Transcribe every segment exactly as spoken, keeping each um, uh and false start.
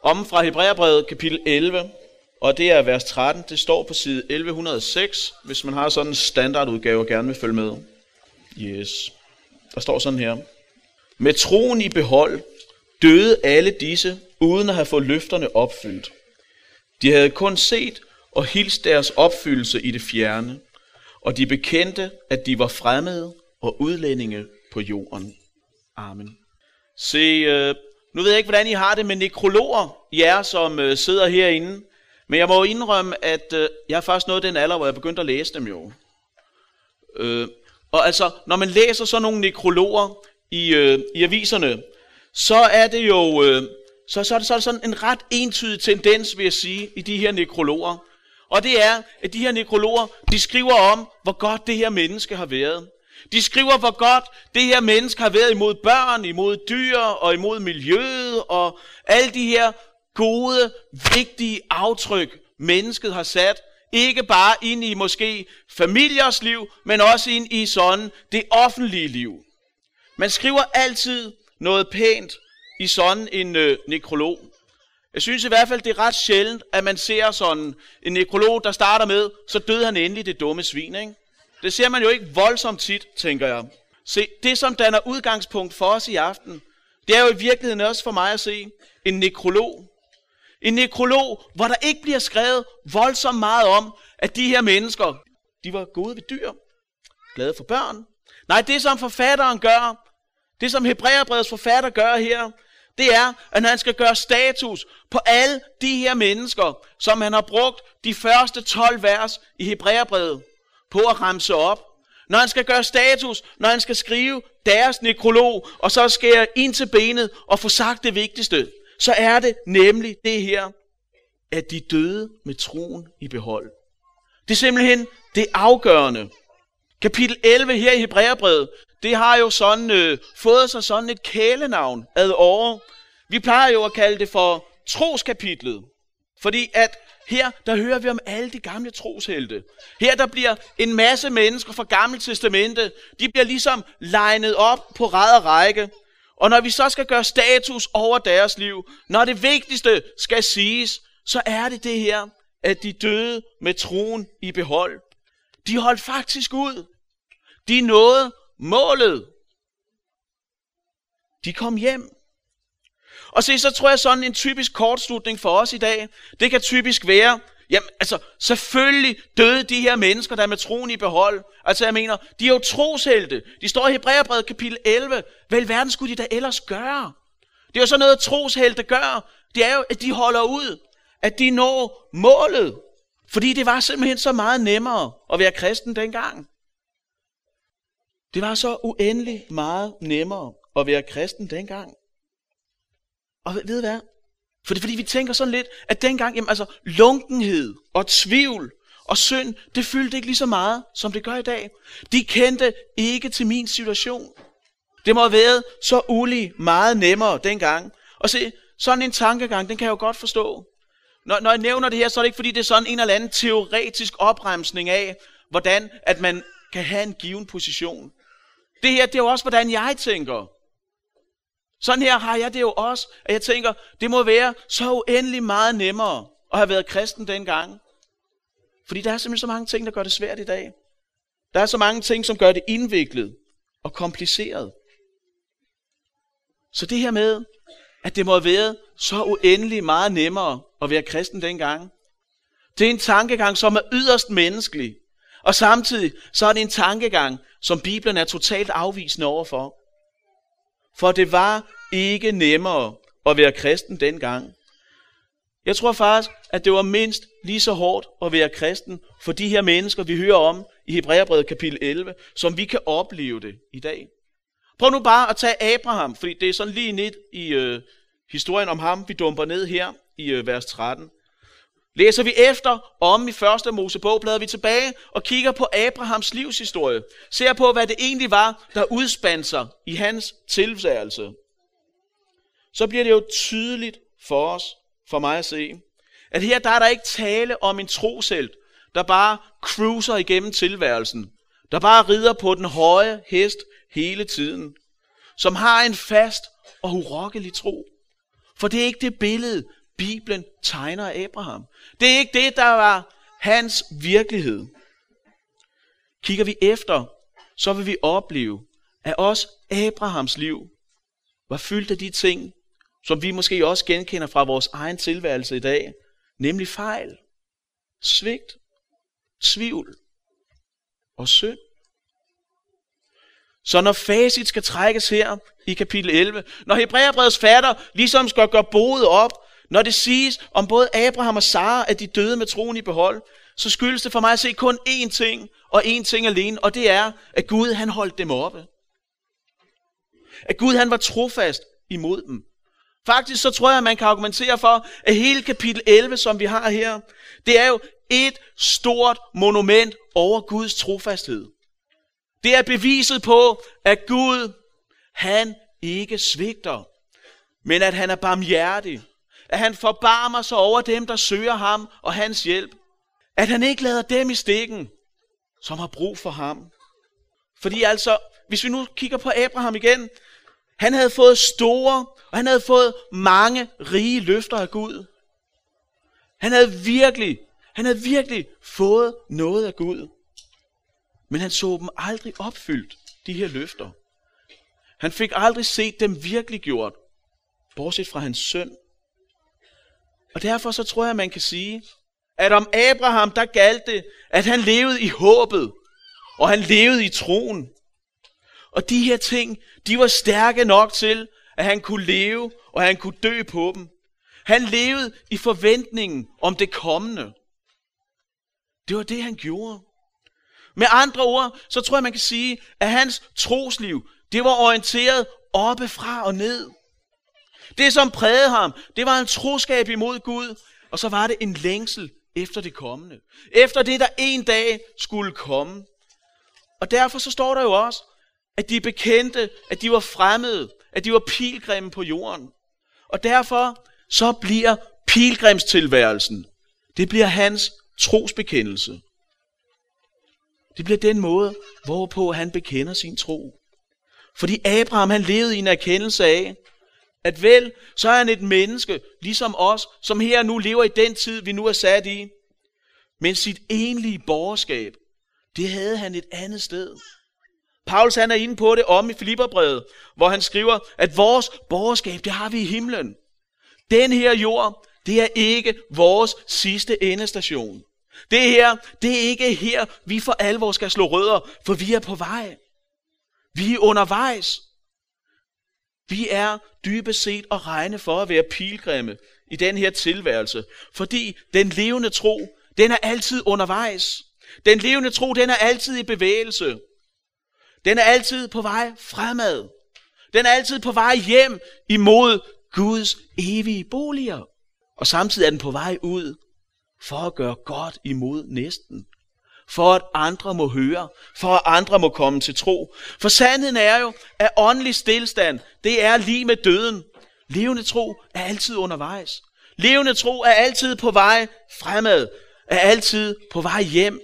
om fra Hebræerbrevet kapitel elleve, og det er vers tretten. Det står på side elleve hundrede og seks, hvis man har sådan en standardudgave og gerne vil følge med. Yes. Der står sådan her. Med troen i behold døde alle disse, uden at have fået løfterne opfyldt. De havde kun set og hilst deres opfyldelse i det fjerne, og de bekendte, at de var fremmede og udlændinge på jorden. Amen. Se, øh, nu ved jeg ikke, hvordan I har det med nekrologer, jer som øh, sidder herinde, men jeg må indrømme, at øh, jeg har faktisk nået den alder, hvor jeg begyndte at læse dem jo. Øh, og altså, når man læser sådan nogle nekrologer i, øh, i aviserne, så er det jo øh, så, så er det, så er det sådan en ret entydig tendens, vil jeg sige, i de her nekrologer. Og det er, at de her nekrologer, de skriver om, hvor godt det her menneske har været. De skriver, hvor godt det her menneske har været imod børn, imod dyr og imod miljøet, og alle de her gode, vigtige aftryk, mennesket har sat, ikke bare ind i måske familiers liv, men også ind i sådan det offentlige liv. Man skriver altid noget pænt i sådan en øh, nekrolog. Jeg synes i hvert fald, det er ret sjældent, at man ser sådan en nekrolog, der starter med, så døde han endelig, det dumme svin, ikke? Det ser man jo ikke voldsomt tit, tænker jeg. Se, det som danner udgangspunkt for os i aften, det er jo i virkeligheden også for mig at se en nekrolog. En nekrolog, hvor der ikke bliver skrevet voldsomt meget om, at de her mennesker, de var gode ved dyr, glade for børn. Nej, det som forfatteren gør, det som Hebræerbrevets forfatter gør her, det er, at han skal gøre status på alle de her mennesker, som han har brugt de første tolv vers i Hebræerbrevet på at ramse op. Når han skal gøre status, når han skal skrive deres nekrolog, og så skære ind til benet og få sagt det vigtigste, så er det nemlig det her, at de døde med troen i behold. Det er simpelthen det afgørende. Kapitel elleve her i Hebræerbrevet, det har jo sådan, øh, fået sig sådan et kælenavn ad åre. Vi plejer jo at kalde det for troskapitlet, fordi at her, der hører vi om alle de gamle troshelte. Her, der bliver en masse mennesker fra Gamle Testamente, de bliver ligesom legnet op på rad og række. Og når vi så skal gøre status over deres liv, når det vigtigste skal siges, så er det det her, at de døde med troen i behold. De holdt faktisk ud. De nåede målet. De kom hjem. Og se, så tror jeg sådan en typisk kortslutning for os i dag, det kan typisk være, jamen altså selvfølgelig døde de her mennesker, der er med troen i behold. Altså jeg mener, de er jo troshelte. De står i Hebræerbrevet kapitel elleve. Hvad i verden skulle de da ellers gøre? Det er jo sådan noget, troshelte gør. Det er jo, at de holder ud. At de når målet. Fordi det var simpelthen så meget nemmere at være kristen dengang. Det var så uendelig meget nemmere at være kristen dengang. Og ved I hvad? For det er fordi, vi tænker sådan lidt, at dengang, jamen altså, lunkenhed og tvivl og synd, det fyldte ikke lige så meget, som det gør i dag. De kendte ikke til min situation. Det må have været så ulig meget nemmere dengang. Og se, sådan en tankegang, den kan jeg jo godt forstå. Når, når jeg nævner det her, så er det ikke fordi, det er sådan en eller anden teoretisk opremsning af, hvordan at man kan have en given position. Det her, det er jo også, hvordan jeg tænker. Sådan her har jeg det jo også, at jeg tænker, det må være så uendelig meget nemmere at have været kristen dengang. Fordi der er simpelthen så mange ting, der gør det svært i dag. Der er så mange ting, som gør det indviklet og kompliceret. Så det her med, at det må have været så uendelig meget nemmere at være kristen dengang, det er en tankegang, som er yderst menneskelig. Og samtidig så er det en tankegang, som Bibelen er totalt afvisende overfor. For det var ikke nemmere at være kristen dengang. Jeg tror faktisk, at det var mindst lige så hårdt at være kristen for de her mennesker, vi hører om i Hebræerbrevet kapitel elleve, som vi kan opleve det i dag. Prøv nu bare at tage Abraham, fordi det er sådan lige net i øh, historien om ham, vi dumper ned her i øh, vers tretten. Læser vi efter om i første Mosebog, bladrer vi tilbage og kigger på Abrahams livshistorie. Ser på, hvad det egentlig var, der udspandt sig i hans tilværelse. Så bliver det jo tydeligt for os, for mig at se, at her der er der ikke tale om en troshelt, der bare cruiser igennem tilværelsen. Der bare rider på den høje hest hele tiden. Som har en fast og urokkelig tro. For det er ikke det billede, Bibelen tegner af Abraham. Det er ikke det, der var hans virkelighed. Kigger vi efter, så vil vi opleve, at også Abrahams liv var fyldt af de ting, som vi måske også genkender fra vores egen tilværelse i dag, nemlig fejl, svigt, tvivl og synd. Så når facit skal trækkes her i kapitel elleve, når Hebræerbrevets fatter ligesom skal gøre boet op, når det siges om både Abraham og Sara, at de døde med troen i behold, så skyldes det for mig at se kun én ting, og én ting alene, og det er, at Gud han holdt dem oppe. At Gud han var trofast imod dem. Faktisk så tror jeg, at man kan argumentere for, at hele kapitel elleve, som vi har her, det er jo et stort monument over Guds trofasthed. Det er beviset på, at Gud, han ikke svigter, men at han er barmhjertig. At han forbarmer sig over dem, der søger ham og hans hjælp. At han ikke lader dem i stikken, som har brug for ham. Fordi altså, hvis vi nu kigger på Abraham igen, han havde fået store, og han havde fået mange rige løfter af Gud. Han havde virkelig, han havde virkelig fået noget af Gud. Men han så dem aldrig opfyldt, de her løfter. Han fik aldrig set dem virkelig gjort, bortset fra hans søn. Og derfor så tror jeg, man kan sige, at om Abraham, der galt det, at han levede i håbet, og han levede i troen. Og de her ting, de var stærke nok til, at han kunne leve, og han kunne dø på dem. Han levede i forventningen om det kommende. Det var det, han gjorde. Med andre ord, så tror jeg, man kan sige, at hans trosliv, det var orienteret oppefra og ned. Det, som prægede ham, det var en troskab imod Gud, og så var det en længsel efter det kommende. Efter det, der en dag skulle komme. Og derfor så står der jo også, at de bekendte, at de var fremmede, at de var pilgrimme på jorden. Og derfor så bliver pilgrimstilværelsen, det bliver hans trosbekendelse. Det bliver den måde, hvorpå han bekender sin tro. Fordi Abraham han levede i en erkendelse af, at vel, så er han et menneske, ligesom os, som her nu lever i den tid, vi nu er sat i. Men sit egentlige borgerskab, det havde han et andet sted. Paulus han er inde på det om i Filipperbrevet, hvor han skriver, at vores borgerskab, det har vi i himlen. Den her jord, det er ikke vores sidste endestation. Det her, det er ikke her, vi for alvor skal slå rødder, for vi er på vej. Vi er undervejs. Vi er dybest set at regne for at være pilgrimme i den her tilværelse, fordi den levende tro, den er altid undervejs. Den levende tro, den er altid i bevægelse. Den er altid på vej fremad. Den er altid på vej hjem imod Guds evige boliger. Og samtidig er den på vej ud for at gøre godt imod næsten. For at andre må høre. For at andre må komme til tro. For sandheden er jo, at åndelig stilstand, det er lige med døden. Levende tro er altid undervejs. Levende tro er altid på vej fremad. Er altid på vej hjem.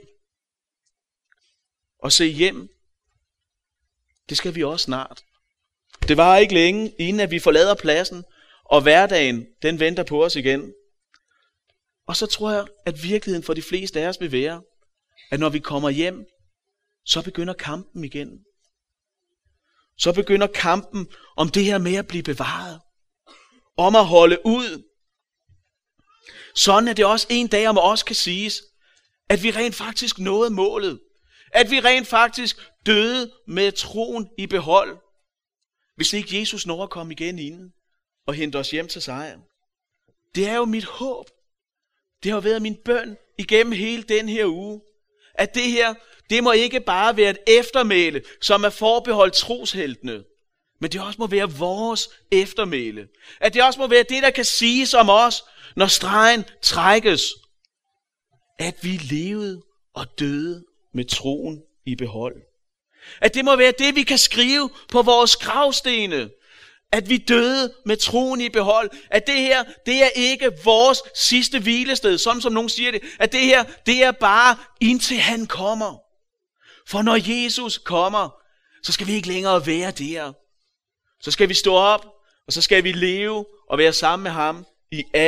Og se hjem, det skal vi også snart. Det var ikke længe, inden at vi forlader pladsen, og hverdagen, den venter på os igen. Og så tror jeg, at virkeligheden for de fleste af os vil være, at når vi kommer hjem, så begynder kampen igen. Så begynder kampen om det her med at blive bevaret. Om at holde ud. Sådan at det også en dag om os kan siges, at vi rent faktisk nåede målet. At vi rent faktisk døde med troen i behold. Hvis ikke Jesus når at komme igen inden og hente os hjem til sejren. Det er jo mit håb. Det har været min bøn igennem hele den her uge. At det her, det må ikke bare være et eftermæle, som er forbeholdt trosheltene. Men det også må være vores eftermæle. At det også må være det, der kan siges om os, når stregen trækkes. At vi levede og døde med troen i behold. At det må være det, vi kan skrive på vores gravstene. At vi døde med troen i behold. At det her, det er ikke vores sidste hvilested, sådan som nogen siger det. At det her, det er bare indtil han kommer. For når Jesus kommer, så skal vi ikke længere være der. Så skal vi stå op, og så skal vi leve og være sammen med ham i al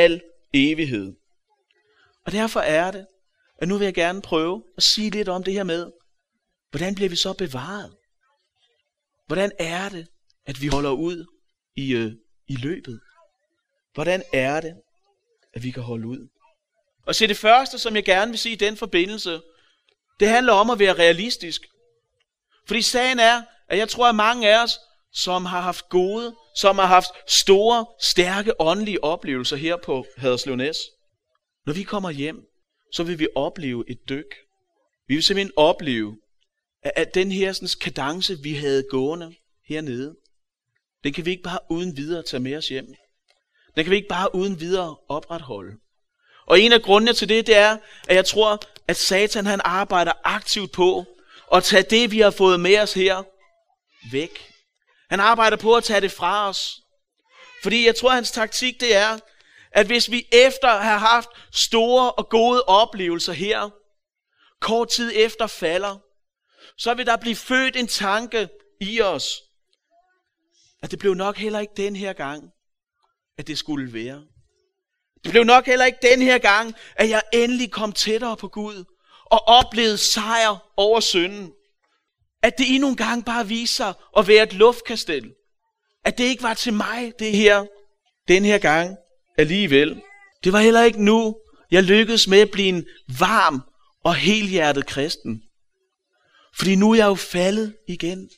evighed. Og derfor er det, at nu vil jeg gerne prøve at sige lidt om det her med, hvordan bliver vi så bevaret? Hvordan er det, at vi holder ud i, øh, i løbet? Hvordan er det, at vi kan holde ud? Og så det første, som jeg gerne vil sige i den forbindelse, det handler om at være realistisk. Fordi sagen er, at jeg tror, at mange af os, som har haft gode, som har haft store, stærke åndelige oplevelser her på Haderslev Næs, når vi kommer hjem, så vil vi opleve et dyk. Vi vil simpelthen opleve, at den her sådan, kadence, vi havde gående hernede, den kan vi ikke bare uden videre tage med os hjem. Den kan vi ikke bare uden videre opretholde. Og en af grundene til det, det er, at jeg tror, at Satan han arbejder aktivt på at tage det, vi har fået med os her, væk. Han arbejder på at tage det fra os. Fordi jeg tror, at hans taktik det er, at hvis vi efter at have haft store og gode oplevelser her, kort tid efter falder, så vil der blive født en tanke i os, at det blev nok heller ikke den her gang, at det skulle være. Det blev nok heller ikke den her gang, at jeg endelig kom tættere på Gud og oplevede sejr over synden. At det endnu en gang bare viser at være et luftkastel. At det ikke var til mig, det her, den her gang alligevel. Det var heller ikke nu, jeg lykkedes med at blive en varm og helhjertet kristen. Fordi nu er jeg jo faldet igen.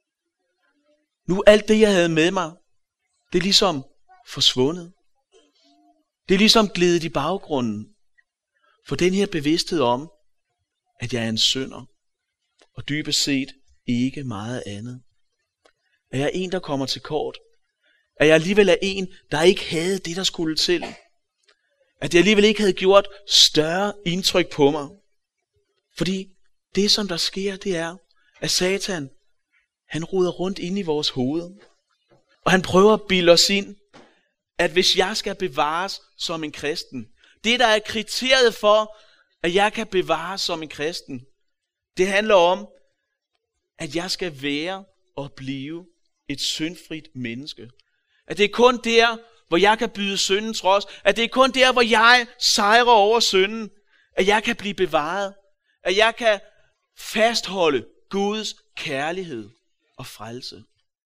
Nu alt det, jeg havde med mig, det er ligesom forsvundet. Det er ligesom glædet i baggrunden. For den her bevidsthed om, at jeg er en synder. Og dybest set ikke meget andet. At jeg er en, der kommer til kort. At jeg alligevel er en, der ikke havde det, der skulle til. At det alligevel ikke havde gjort større indtryk på mig. Fordi det, som der sker, det er, at Satan, han ruder rundt inde i vores hoved. Og han prøver at bilde os ind, at hvis jeg skal bevares som en kristen, det der er kriteriet for, at jeg kan bevares som en kristen, det handler om, at jeg skal være og blive et syndfrit menneske. At det er kun der, hvor jeg kan byde synden trods. At det er kun der, hvor jeg sejrer over synden. At jeg kan blive bevaret. At jeg kan fastholde Guds kærlighed og frelse.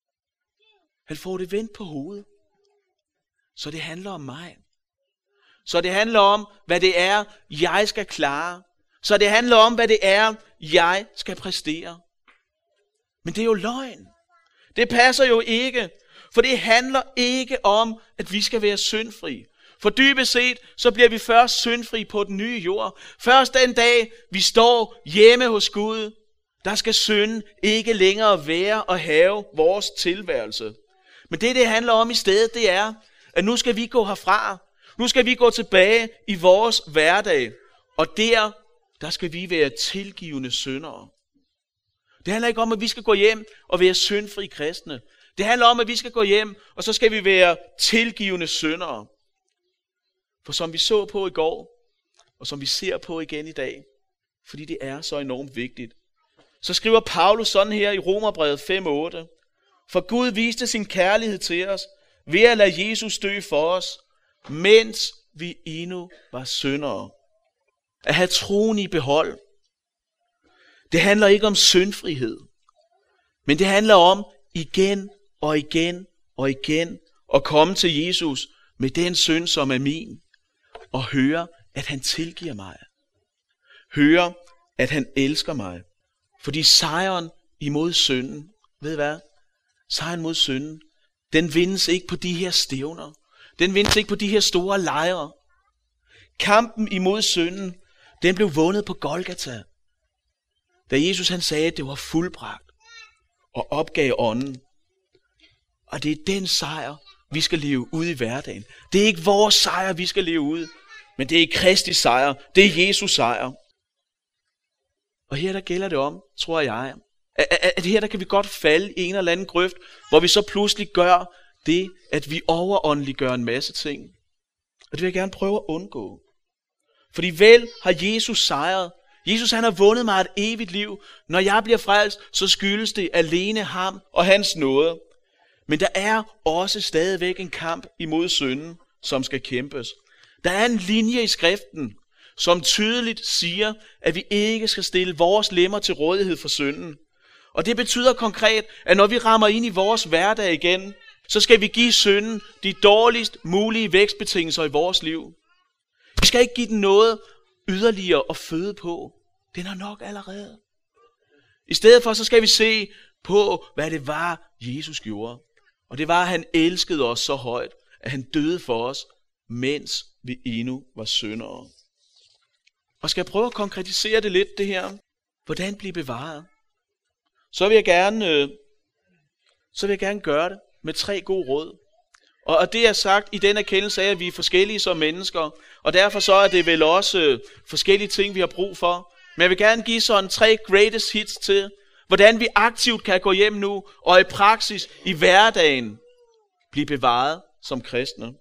Han får det vendt på hovedet. Så det handler om mig. Så det handler om, hvad det er, jeg skal klare. Så det handler om, hvad det er, jeg skal præstere. Men det er jo løgn. Det passer jo ikke. For det handler ikke om, at vi skal være syndfri. For dybest set, så bliver vi først syndfri på den nye jord. Først den dag, vi står hjemme hos Gud, der skal synden ikke længere være og have vores tilværelse. Men det, det handler om i stedet, det er, at nu skal vi gå herfra. Nu skal vi gå tilbage i vores hverdag. Og der, der skal vi være tilgivende syndere. Det handler ikke om, at vi skal gå hjem og være syndfri kristne. Det handler om, at vi skal gå hjem, og så skal vi være tilgivende syndere. For som vi så på i går, og som vi ser på igen i dag, fordi det er så enormt vigtigt, så skriver Paulus sådan her i Romerbrevet fem otte. For Gud viste sin kærlighed til os, ved at lade Jesus dø for os, mens vi endnu var syndere. At have troen i behold. Det handler ikke om syndfrihed, men det handler om igen og igen og igen at komme til Jesus med den synd, som er min, og høre, at han tilgiver mig. Høre, at han elsker mig. Fordi sejren imod synden, ved I hvad? Sejren mod synden, den vindes ikke på de her stævner. Den vindes ikke på de her store lejre. Kampen imod synden, den blev vundet på Golgata. Da Jesus han sagde, at det var fuldbragt, og opgav ånden. Og det er den sejr, vi skal leve ud i hverdagen. Det er ikke vores sejr, vi skal leve ud, men det er Kristi sejr. Det er Jesus sejr. Og her der gælder det om, tror jeg, at, at, at her der kan vi godt falde i en eller anden grøft, hvor vi så pludselig gør det, at vi overåndeligt gør en masse ting. Og det vil jeg gerne prøve at undgå. Fordi vel har Jesus sejret. Jesus han har vundet mig et evigt liv. Når jeg bliver frelst, så skyldes det alene ham og hans nåde. Men der er også stadigvæk en kamp imod synden, som skal kæmpes. Der er en linje i skriften, som tydeligt siger, at vi ikke skal stille vores lemmer til rådighed for synden. Og det betyder konkret, at når vi rammer ind i vores hverdag igen, så skal vi give synden de dårligst mulige vækstbetingelser i vores liv. Vi skal ikke give den noget yderligere at føde på. Den er nok allerede. I stedet for, så skal vi se på, hvad det var, Jesus gjorde. Og det var, at han elskede os så højt, at han døde for os, mens vi endnu var syndere. Og skal jeg prøve at konkretisere det lidt, det her? Hvordan blive bevaret? Så vil jeg gerne, øh, så vil jeg gerne gøre det med tre gode råd. Og, og det er sagt i den erkendelse af, at vi er forskellige som mennesker, og derfor så er det vel også øh, forskellige ting, vi har brug for. Men jeg vil gerne give sådan tre greatest hits til, hvordan vi aktivt kan gå hjem nu, og i praksis, i hverdagen, blive bevaret som kristne.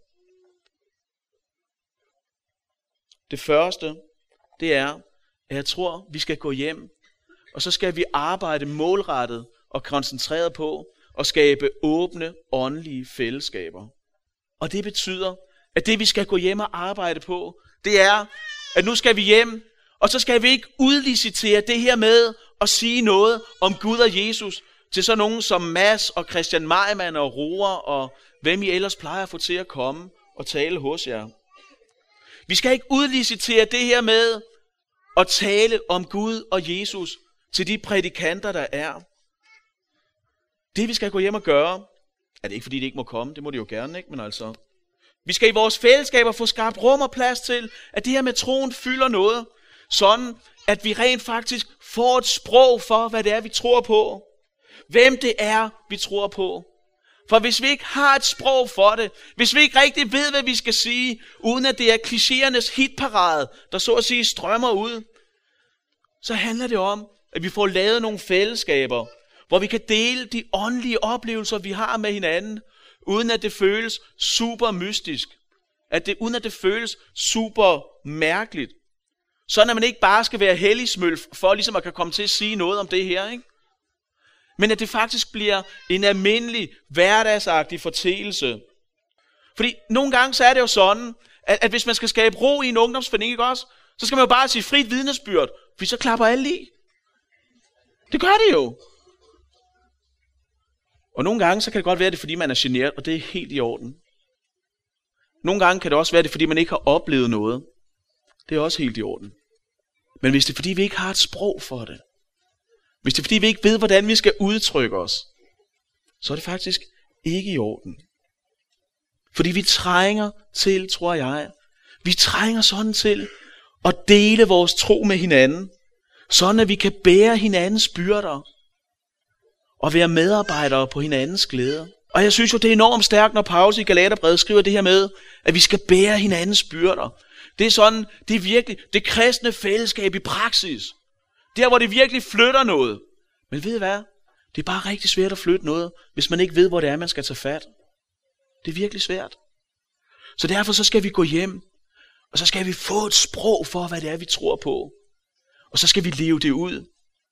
Det første, det er, at jeg tror, vi skal gå hjem, og så skal vi arbejde målrettet og koncentreret på at skabe åbne, åndelige fællesskaber. Og det betyder, at det vi skal gå hjem og arbejde på, det er, at nu skal vi hjem, og så skal vi ikke udlicitere det her med at sige noget om Gud og Jesus til sådan nogen som Mads og Christian Meimann og Roar og hvem I ellers plejer at få til at komme og tale hos jer. Vi skal ikke udlicitere det her med at tale om Gud og Jesus til de prædikanter, der er. Det vi skal gå hjem og gøre, er det ikke fordi det ikke må komme, det må det jo gerne, ikke? Men altså, vi skal i vores fællesskaber få skabt rum og plads til, at det her med troen fylder noget, sådan at vi rent faktisk får et sprog for, hvad det er, vi tror på. Hvem det er, vi tror på. For hvis vi ikke har et sprog for det, hvis vi ikke rigtig ved, hvad vi skal sige, uden at det er klichéernes hitparade, der så at sige strømmer ud, så handler det om, at vi får lavet nogle fællesskaber, hvor vi kan dele de åndelige oplevelser, vi har med hinanden, uden at det føles super mystisk. At det, uden at det føles super mærkeligt. Sådan at man ikke bare skal være helligsmølf, for ligesom at kan komme til at sige noget om det her, ikke? Men at det faktisk bliver en almindelig, hverdagsagtig fortælelse. Fordi nogle gange så er det jo sådan, at, at hvis man skal skabe ro i en ungdomsforening, ikke også, så skal man jo bare sige frit vidnesbyrd, for så klapper alle i. Det gør det jo. Og nogle gange så kan det godt være, det fordi man er generet, og det er helt i orden. Nogle gange kan det også være, det fordi man ikke har oplevet noget. Det er også helt i orden. Men hvis det er fordi, vi ikke har et sprog for det, hvis det er fordi, vi ikke ved, hvordan vi skal udtrykke os, så er det faktisk ikke i orden. Fordi vi trænger til, tror jeg, vi trænger sådan til at dele vores tro med hinanden, sådan at vi kan bære hinandens byrder og være medarbejdere på hinandens glæde. Og jeg synes jo, det er enormt stærkt, når Paulus i Galaterbrevet skriver det her med, at vi skal bære hinandens byrder. Det er sådan, det er virkelig det kristne fællesskab i praksis. Der, hvor det virkelig flytter noget. Men ved I hvad? Det er bare rigtig svært at flytte noget, hvis man ikke ved, hvor det er, man skal tage fat. Det er virkelig svært. Så derfor så skal vi gå hjem, og så skal vi få et sprog for, hvad det er, vi tror på. Og så skal vi leve det ud.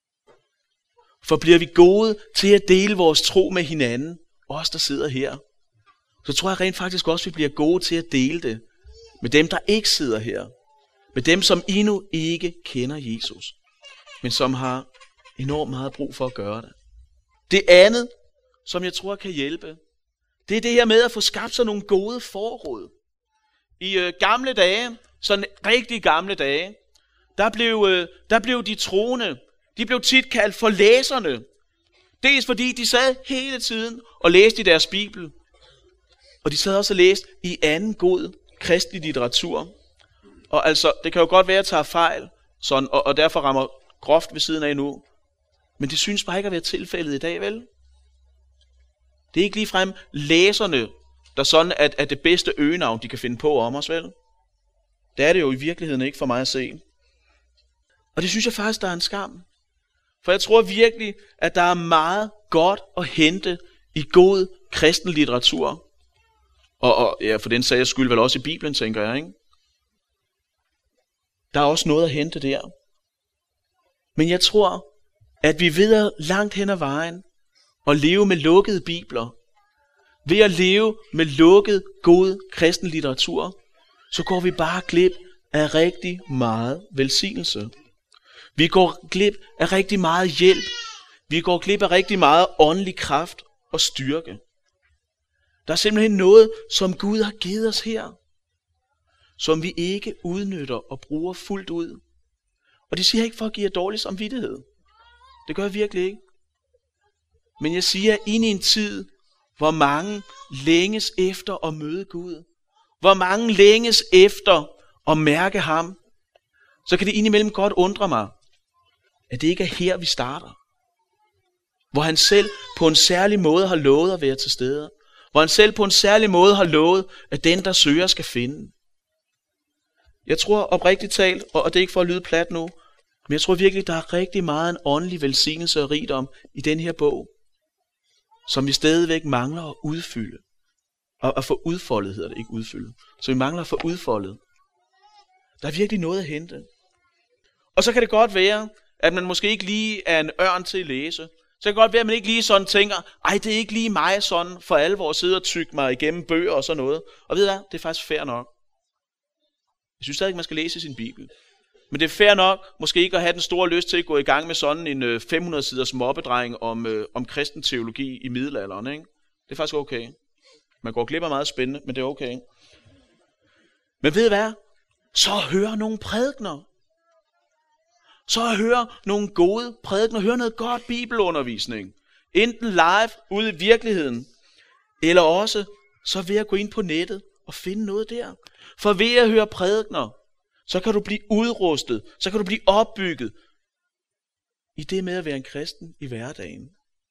For bliver vi gode til at dele vores tro med hinanden, os der sidder her, så tror jeg rent faktisk også, at vi bliver gode til at dele det med dem, der ikke sidder her. Med dem, som endnu ikke kender Jesus, men som har enormt meget brug for at gøre det. Det andet, som jeg tror kan hjælpe, det er det her med at få skabt sig nogle gode forråd. I øh, gamle dage, sådan rigtig gamle dage, der blev, øh, der blev de troende, de blev tit kaldt for læserne. Dels fordi de sad hele tiden og læste i deres bibel. Og de sad også og læste i anden god kristelig litteratur. Og altså, det kan jo godt være, at jeg tager fejl, sådan, og, og derfor rammer groft ved siden af nu. Men det synes bare ikke at være tilfældet i dag, vel? Det er ikke ligefrem læserne, der sådan at, at det bedste øgenavn, de kan finde på om os, vel? Det er det jo i virkeligheden ikke for mig at se. Og det synes jeg faktisk, der er en skam. For jeg tror virkelig, at der er meget godt at hente i god kristen litteratur. Og, og ja, for den sags skyld vel også i Bibelen, tænker jeg, ikke? Der er også noget at hente der. Men jeg tror, at vi ved langt hen ad vejen at leve med lukkede bibler, ved at leve med lukket, god kristen litteratur, så går vi bare glip af rigtig meget velsignelse. Vi går glip af rigtig meget hjælp. Vi går glip af rigtig meget åndelig kraft og styrke. Der er simpelthen noget, som Gud har givet os her, som vi ikke udnytter og bruger fuldt ud. Og det siger jeg ikke for at give jer dårlig samvittighed. Det gør jeg virkelig ikke. Men jeg siger, ind i en tid, hvor mange længes efter at møde Gud, hvor mange længes efter at mærke ham, så kan det indimellem godt undre mig, at det ikke er her, vi starter. Hvor han selv på en særlig måde har lovet at være til stede. Hvor han selv på en særlig måde har lovet, at den, der søger, skal finde. Jeg tror oprigtigt talt, og det er ikke for at lyde plat nu, men jeg tror virkelig, der er rigtig meget en åndelig velsignelse og rigdom i den her bog, som vi stadigvæk mangler at udfylde. Og at få udfoldet hedder det, ikke udfylde. Så vi mangler at få udfoldet. Der er virkelig noget at hente. Og så kan det godt være, at man måske ikke lige er en ørn til at læse. Så kan det godt være, at man ikke lige sådan tænker, ej, det er ikke lige mig sådan for alvor at sidde og tygge mig igennem bøger og sådan noget. Og ved du hvad, det er faktisk fair nok. Jeg synes stadig, man skal læse sin bibel. Men det er fair nok, måske ikke at have den store lyst til at gå i gang med sådan en fem hundrede siders mobbedreng om, øh, om kristen teologi i middelalderen. Ikke? Det er faktisk okay. Man går glip af meget spændende, men det er okay. Men ved I hvad? Så hør nogle prædikener. Så hør nogle gode prædikener. Hør noget godt bibelundervisning. Enten live ude i virkeligheden, eller også så ved at gå ind på nettet og finde noget der. For ved at høre prædikener, så kan du blive udrustet, så kan du blive opbygget i det med at være en kristen i hverdagen.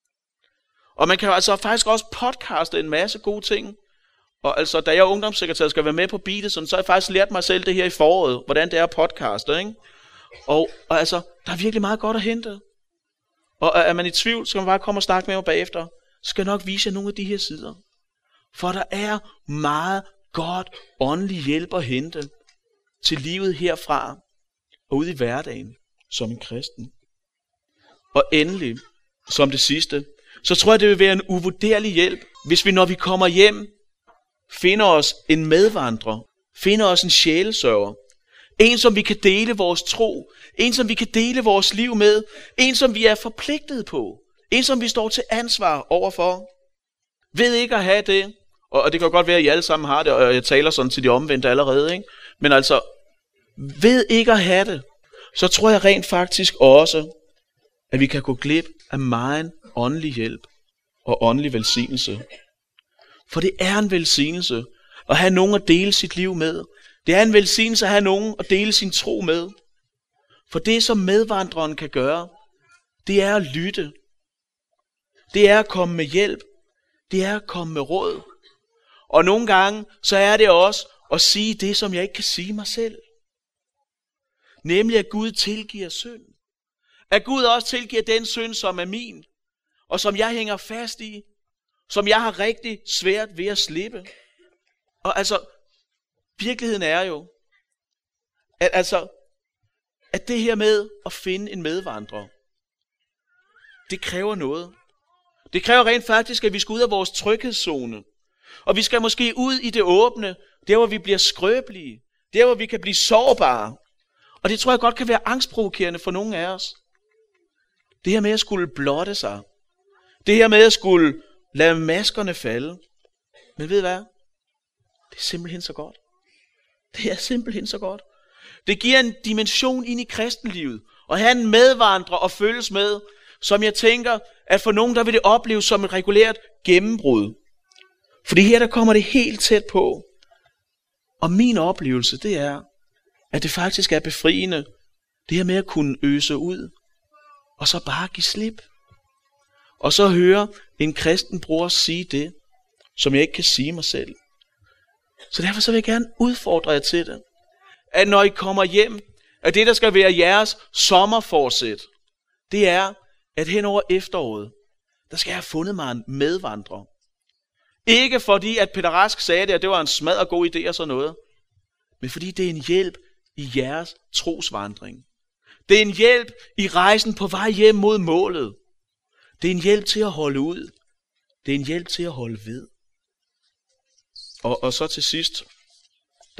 Og man kan jo altså faktisk også podcaste en masse gode ting. Og altså, da jeg er ungdomssekretær skal være med på beatet, så har jeg faktisk lært mig selv det her i foråret, hvordan det er at podcaste, ikke? Og, og altså, der er virkelig meget godt at hente. Og er man i tvivl, så kan man bare komme og snakke med mig bagefter. Så skal jeg nok vise jer nogle af de her sider. For der er meget godt åndelig hjælp at hente til livet herfra og ude i hverdagen som en kristen. Og endelig, som det sidste, så tror jeg, det vil være en uvurderlig hjælp, hvis vi, når vi kommer hjem, finder os en medvandrer, finder os en sjælesørger, en, som vi kan dele vores tro, en, som vi kan dele vores liv med, en, som vi er forpligtet på, en, som vi står til ansvar overfor. Ved ikke at have det, og det kan godt være, at I alle sammen har det, og jeg taler sådan til de omvendte allerede, ikke? Men altså, ved ikke at have det, så tror jeg rent faktisk også, at vi kan gå glip af meget åndelig hjælp og åndelig velsignelse. For det er en velsignelse at have nogen at dele sit liv med. Det er en velsignelse at have nogen at dele sin tro med. For det, som medvandreren kan gøre, det er at lytte. Det er at komme med hjælp. Det er at komme med råd. Og nogle gange, så er det også at sige det, som jeg ikke kan sige mig selv. Nemlig, at Gud tilgiver synd. At Gud også tilgiver den synd, som er min, og som jeg hænger fast i, som jeg har rigtig svært ved at slippe. Og altså, virkeligheden er jo, at, altså, at det her med at finde en medvandrer, det kræver noget. Det kræver rent faktisk, at vi skal ud af vores tryghedszone. Og vi skal måske ud i det åbne, der hvor vi bliver skrøbelige, der hvor vi kan blive sårbare. Og det tror jeg godt kan være angstprovokerende for nogle af os. Det her med at skulle blotte sig. Det her med at skulle lade maskerne falde. Men ved I hvad? Det er simpelthen så godt. Det er simpelthen så godt. Det giver en dimension ind i kristenlivet. Og have en medvandrer og følges med, som jeg tænker, at for nogen der vil det opleves som et regulært gennembrud. Fordi her der kommer det helt tæt på. Og min oplevelse det er, at det faktisk er befriende, det her med at kunne øse ud, og så bare give slip. Og så høre en kristen bror sige det, som jeg ikke kan sige mig selv. Så derfor så vil jeg gerne udfordre jer til det. At når I kommer hjem, at det der skal være jeres sommerforsæt, det er, at hen over efteråret, der skal jeg have fundet mig en medvandrer. Ikke fordi, at Peter Rask sagde det, at det var en smadret god idé og sådan noget. Men fordi det er en hjælp i jeres trosvandring. Det er en hjælp i rejsen på vej hjem mod målet. Det er en hjælp til at holde ud. Det er en hjælp til at holde ved. Og, og så til sidst,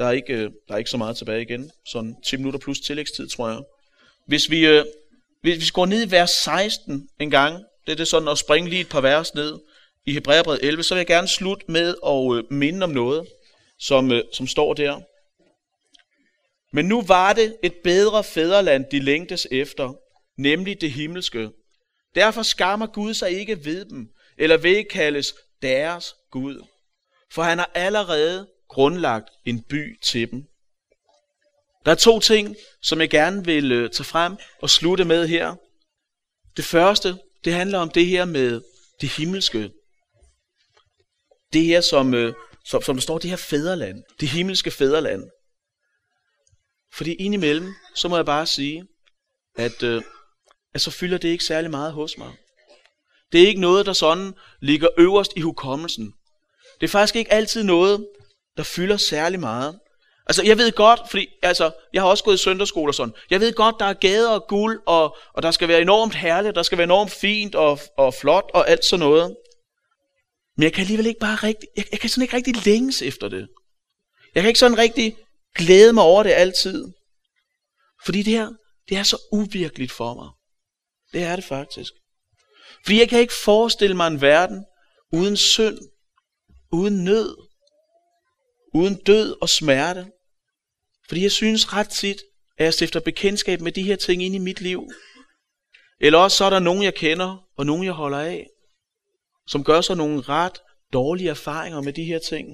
Der er ikke, der er ikke så meget tilbage igen. Sådan ti minutter plus tillægstid, tror jeg. Hvis vi, øh, hvis vi går ned i vers seksten en gang, det er det sådan at springe lige et par vers ned i Hebræerbrevet elleve, så vil jeg gerne slutte med at øh, minde om noget, som, øh, som står der. Men nu var det et bedre fædreland, de længtes efter, nemlig det himmelske. Derfor skammer Gud sig ikke ved dem, eller vil kaldes deres Gud. For han har allerede grundlagt en by til dem. Der er to ting, som jeg gerne vil øh, tage frem og slutte med her. Det første, det handler om det her med det himmelske. Det her, som, øh, som, som der står, det her fædreland. Det himmelske fædreland. Fordi indimellem, så må jeg bare sige, at, øh, at så fylder det ikke særlig meget hos mig. Det er ikke noget, der sådan ligger øverst i hukommelsen. Det er faktisk ikke altid noget, der fylder særlig meget. Altså, jeg ved godt, fordi altså, jeg har også gået i søndagsskole og sådan. Jeg ved godt, der er gader og guld, og, og der skal være enormt herligt, der skal være enormt fint og, og flot og alt sådan noget. Men jeg kan alligevel ikke bare rigtig, jeg, jeg kan sådan ikke rigtig længes efter det. Jeg kan ikke sådan rigtig glæde mig over det altid. Fordi det her, det er så uvirkeligt for mig. Det er det faktisk. Fordi jeg kan ikke forestille mig en verden uden synd, uden nød, uden død og smerte. Fordi jeg synes ret tit, at jeg stifter bekendtskab med de her ting ind i mit liv. Eller også så er der nogen, jeg kender, og nogen, jeg holder af, som gør sig nogle ret dårlige erfaringer med de her ting.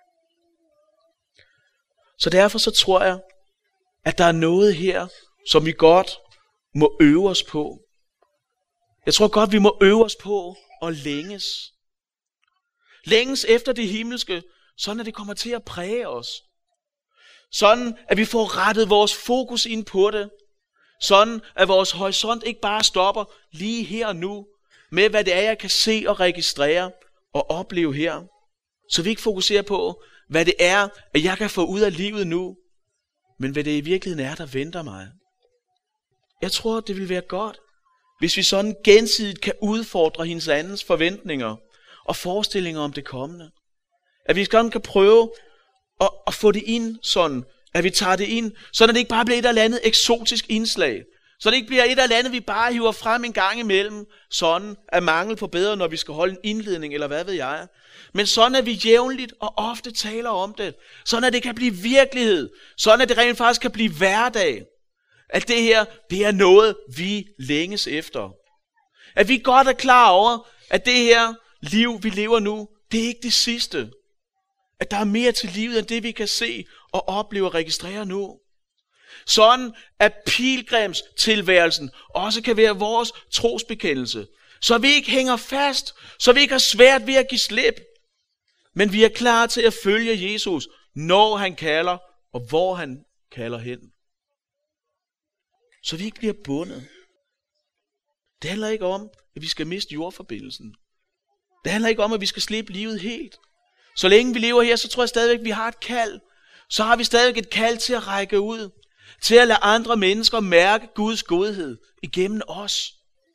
Så derfor så tror jeg, at der er noget her, som vi godt må øve os på. Jeg tror godt, vi må øve os på at længes. Længes efter det himmelske, sådan at det kommer til at præge os. Sådan at vi får rettet vores fokus ind på det. Sådan at vores horisont ikke bare stopper lige her og nu, med hvad det er, jeg kan se og registrere og opleve her. Så vi ikke fokuserer på, hvad det er, at jeg kan få ud af livet nu, men hvad det i virkeligheden er, der venter mig. Jeg tror, det vil være godt, hvis vi sådan gensidigt kan udfordre hendes andens forventninger og forestillinger om det kommende. At vi sådan kan prøve at, at få det ind sådan, at vi tager det ind, så det ikke bare bliver et eller andet eksotisk indslag. Så det ikke bliver et eller andet, vi bare hiver frem en gang imellem, sådan af mangel på bedre, når vi skal holde en indledning, eller hvad ved jeg. Men sådan at vi jævnligt og ofte taler om det. Sådan at det kan blive virkelighed. Sådan at det rent faktisk kan blive hverdag. At det her, det er noget, vi længes efter. At vi godt er klar over, at det her liv, vi lever nu, det er ikke det sidste. At der er mere til livet, end det vi kan se og opleve og registrere nu. Sådan at pilgrimstilværelsen også kan være vores trosbekendelse. Så vi ikke hænger fast, så vi ikke har svært ved at give slip. Men vi er klar til at følge Jesus, når han kalder og hvor han kalder hen. Så vi ikke bliver bundet. Det handler ikke om, at vi skal miste jordforbindelsen. Det handler ikke om, at vi skal slippe livet helt. Så længe vi lever her, så tror jeg stadigvæk, at vi har et kald. Så har vi stadigvæk et kald til at række ud. Til at lade andre mennesker mærke Guds godhed igennem os.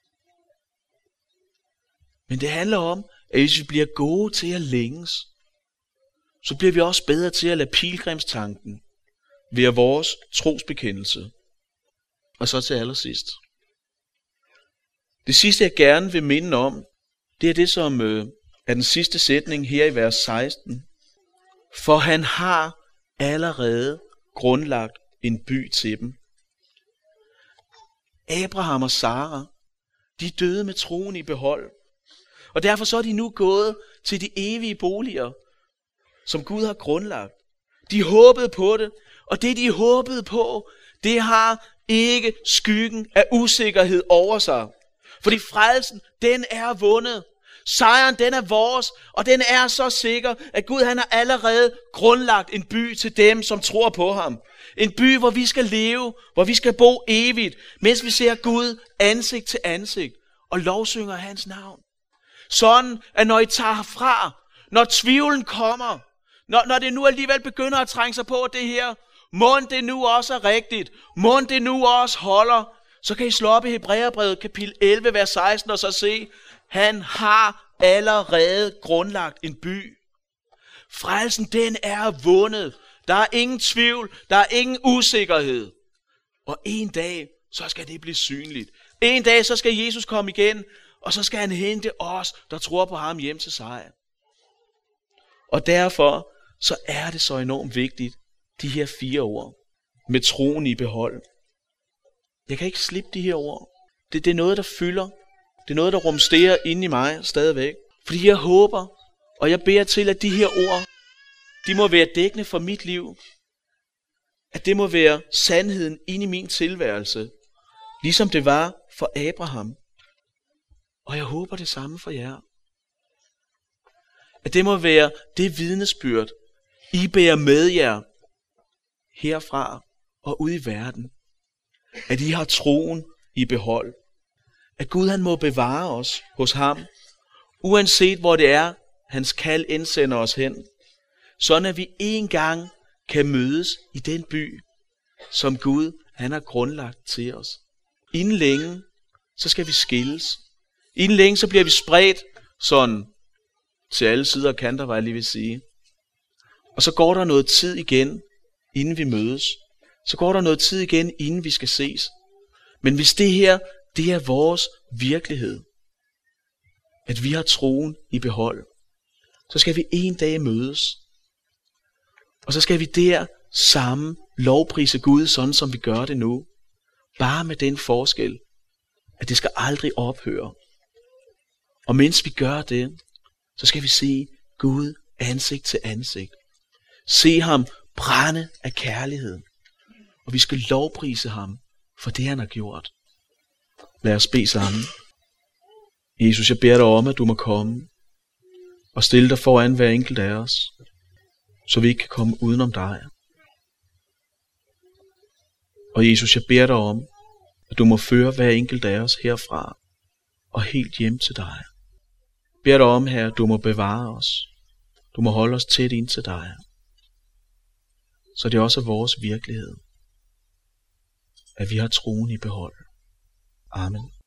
Men det handler om, at hvis vi bliver gode til at længes, så bliver vi også bedre til at lade pilgrimstanken være vores trosbekendelse. Og så til allersidst. Det sidste, jeg gerne vil minde om, det er det, som øh, er den sidste sætning her i vers seksten. For han har allerede grundlagt en by til dem. Abraham og Sara, de døde med troen i behold. Og derfor så er de nu gået til de evige boliger, som Gud har grundlagt. De håbede på det, og det de håbede på, det har ikke skyggen af usikkerhed over sig. Fordi frelsen, den er vundet. Sejren, den er vores, og den er så sikker, at Gud han har allerede grundlagt en by til dem, som tror på ham. En by, hvor vi skal leve, hvor vi skal bo evigt, mens vi ser Gud ansigt til ansigt og lovsynger hans navn. Sådan, at når I tager herfra, når tvivlen kommer, når, når det nu alligevel begynder at trænge sig på det her, mon det nu også er rigtigt, mon det nu også holder, så kan I slå op i Hebræerbrevet kapitel elleve, vers seksten, og så se, han har allerede grundlagt en by. Frelsen, den er vundet. Der er ingen tvivl, der er ingen usikkerhed. Og en dag, så skal det blive synligt. En dag, så skal Jesus komme igen, og så skal han hente os, der tror på ham, hjem til sig. Og derfor, så er det så enormt vigtigt, de her fire ord, med troen i behold. Jeg kan ikke slippe de her ord. Det, det er noget, der fylder. Det er noget, der rumsterer inde i mig stadigvæk. Fordi jeg håber, og jeg beder til, at de her ord, de må være dækkende for mit liv. At det må være sandheden inde i min tilværelse. Ligesom det var for Abraham. Og jeg håber det samme for jer. At det må være det vidnesbyrd, I bærer med jer herfra og ud i verden. At I har troen i behold. At Gud han må bevare os hos ham, uanset hvor det er, hans kald indsender os hen. Sådan at vi en gang kan mødes i den by, som Gud han har grundlagt til os. Inden længe, så skal vi skilles. Inden længe, så bliver vi spredt sådan til alle sider og kanter, hvad jeg lige vil sige. Og så går der noget tid igen, inden vi mødes. Så går der noget tid igen, inden vi skal ses. Men hvis det her, det er vores virkelighed, at vi har troen i behold, så skal vi en dag mødes. Og så skal vi der sammen lovprise Gud, sådan som vi gør det nu. Bare med den forskel, at det skal aldrig ophøre. Og mens vi gør det, så skal vi se Gud ansigt til ansigt. Se ham brænde af kærlighed. Og vi skal lovprise ham for det han har gjort. Lad os bede sammen. Jesus, jeg beder dig om, at du må komme og stille dig foran hver enkelt af os, så vi ikke kan komme udenom dig. Og Jesus, jeg beder dig om, at du må føre hver enkelt af os herfra og helt hjem til dig. Jeg beder dig om, Herre, at du må bevare os. Du må holde os tæt ind til dig. Så det også er vores virkelighed, at vi har troen i behold. Amen.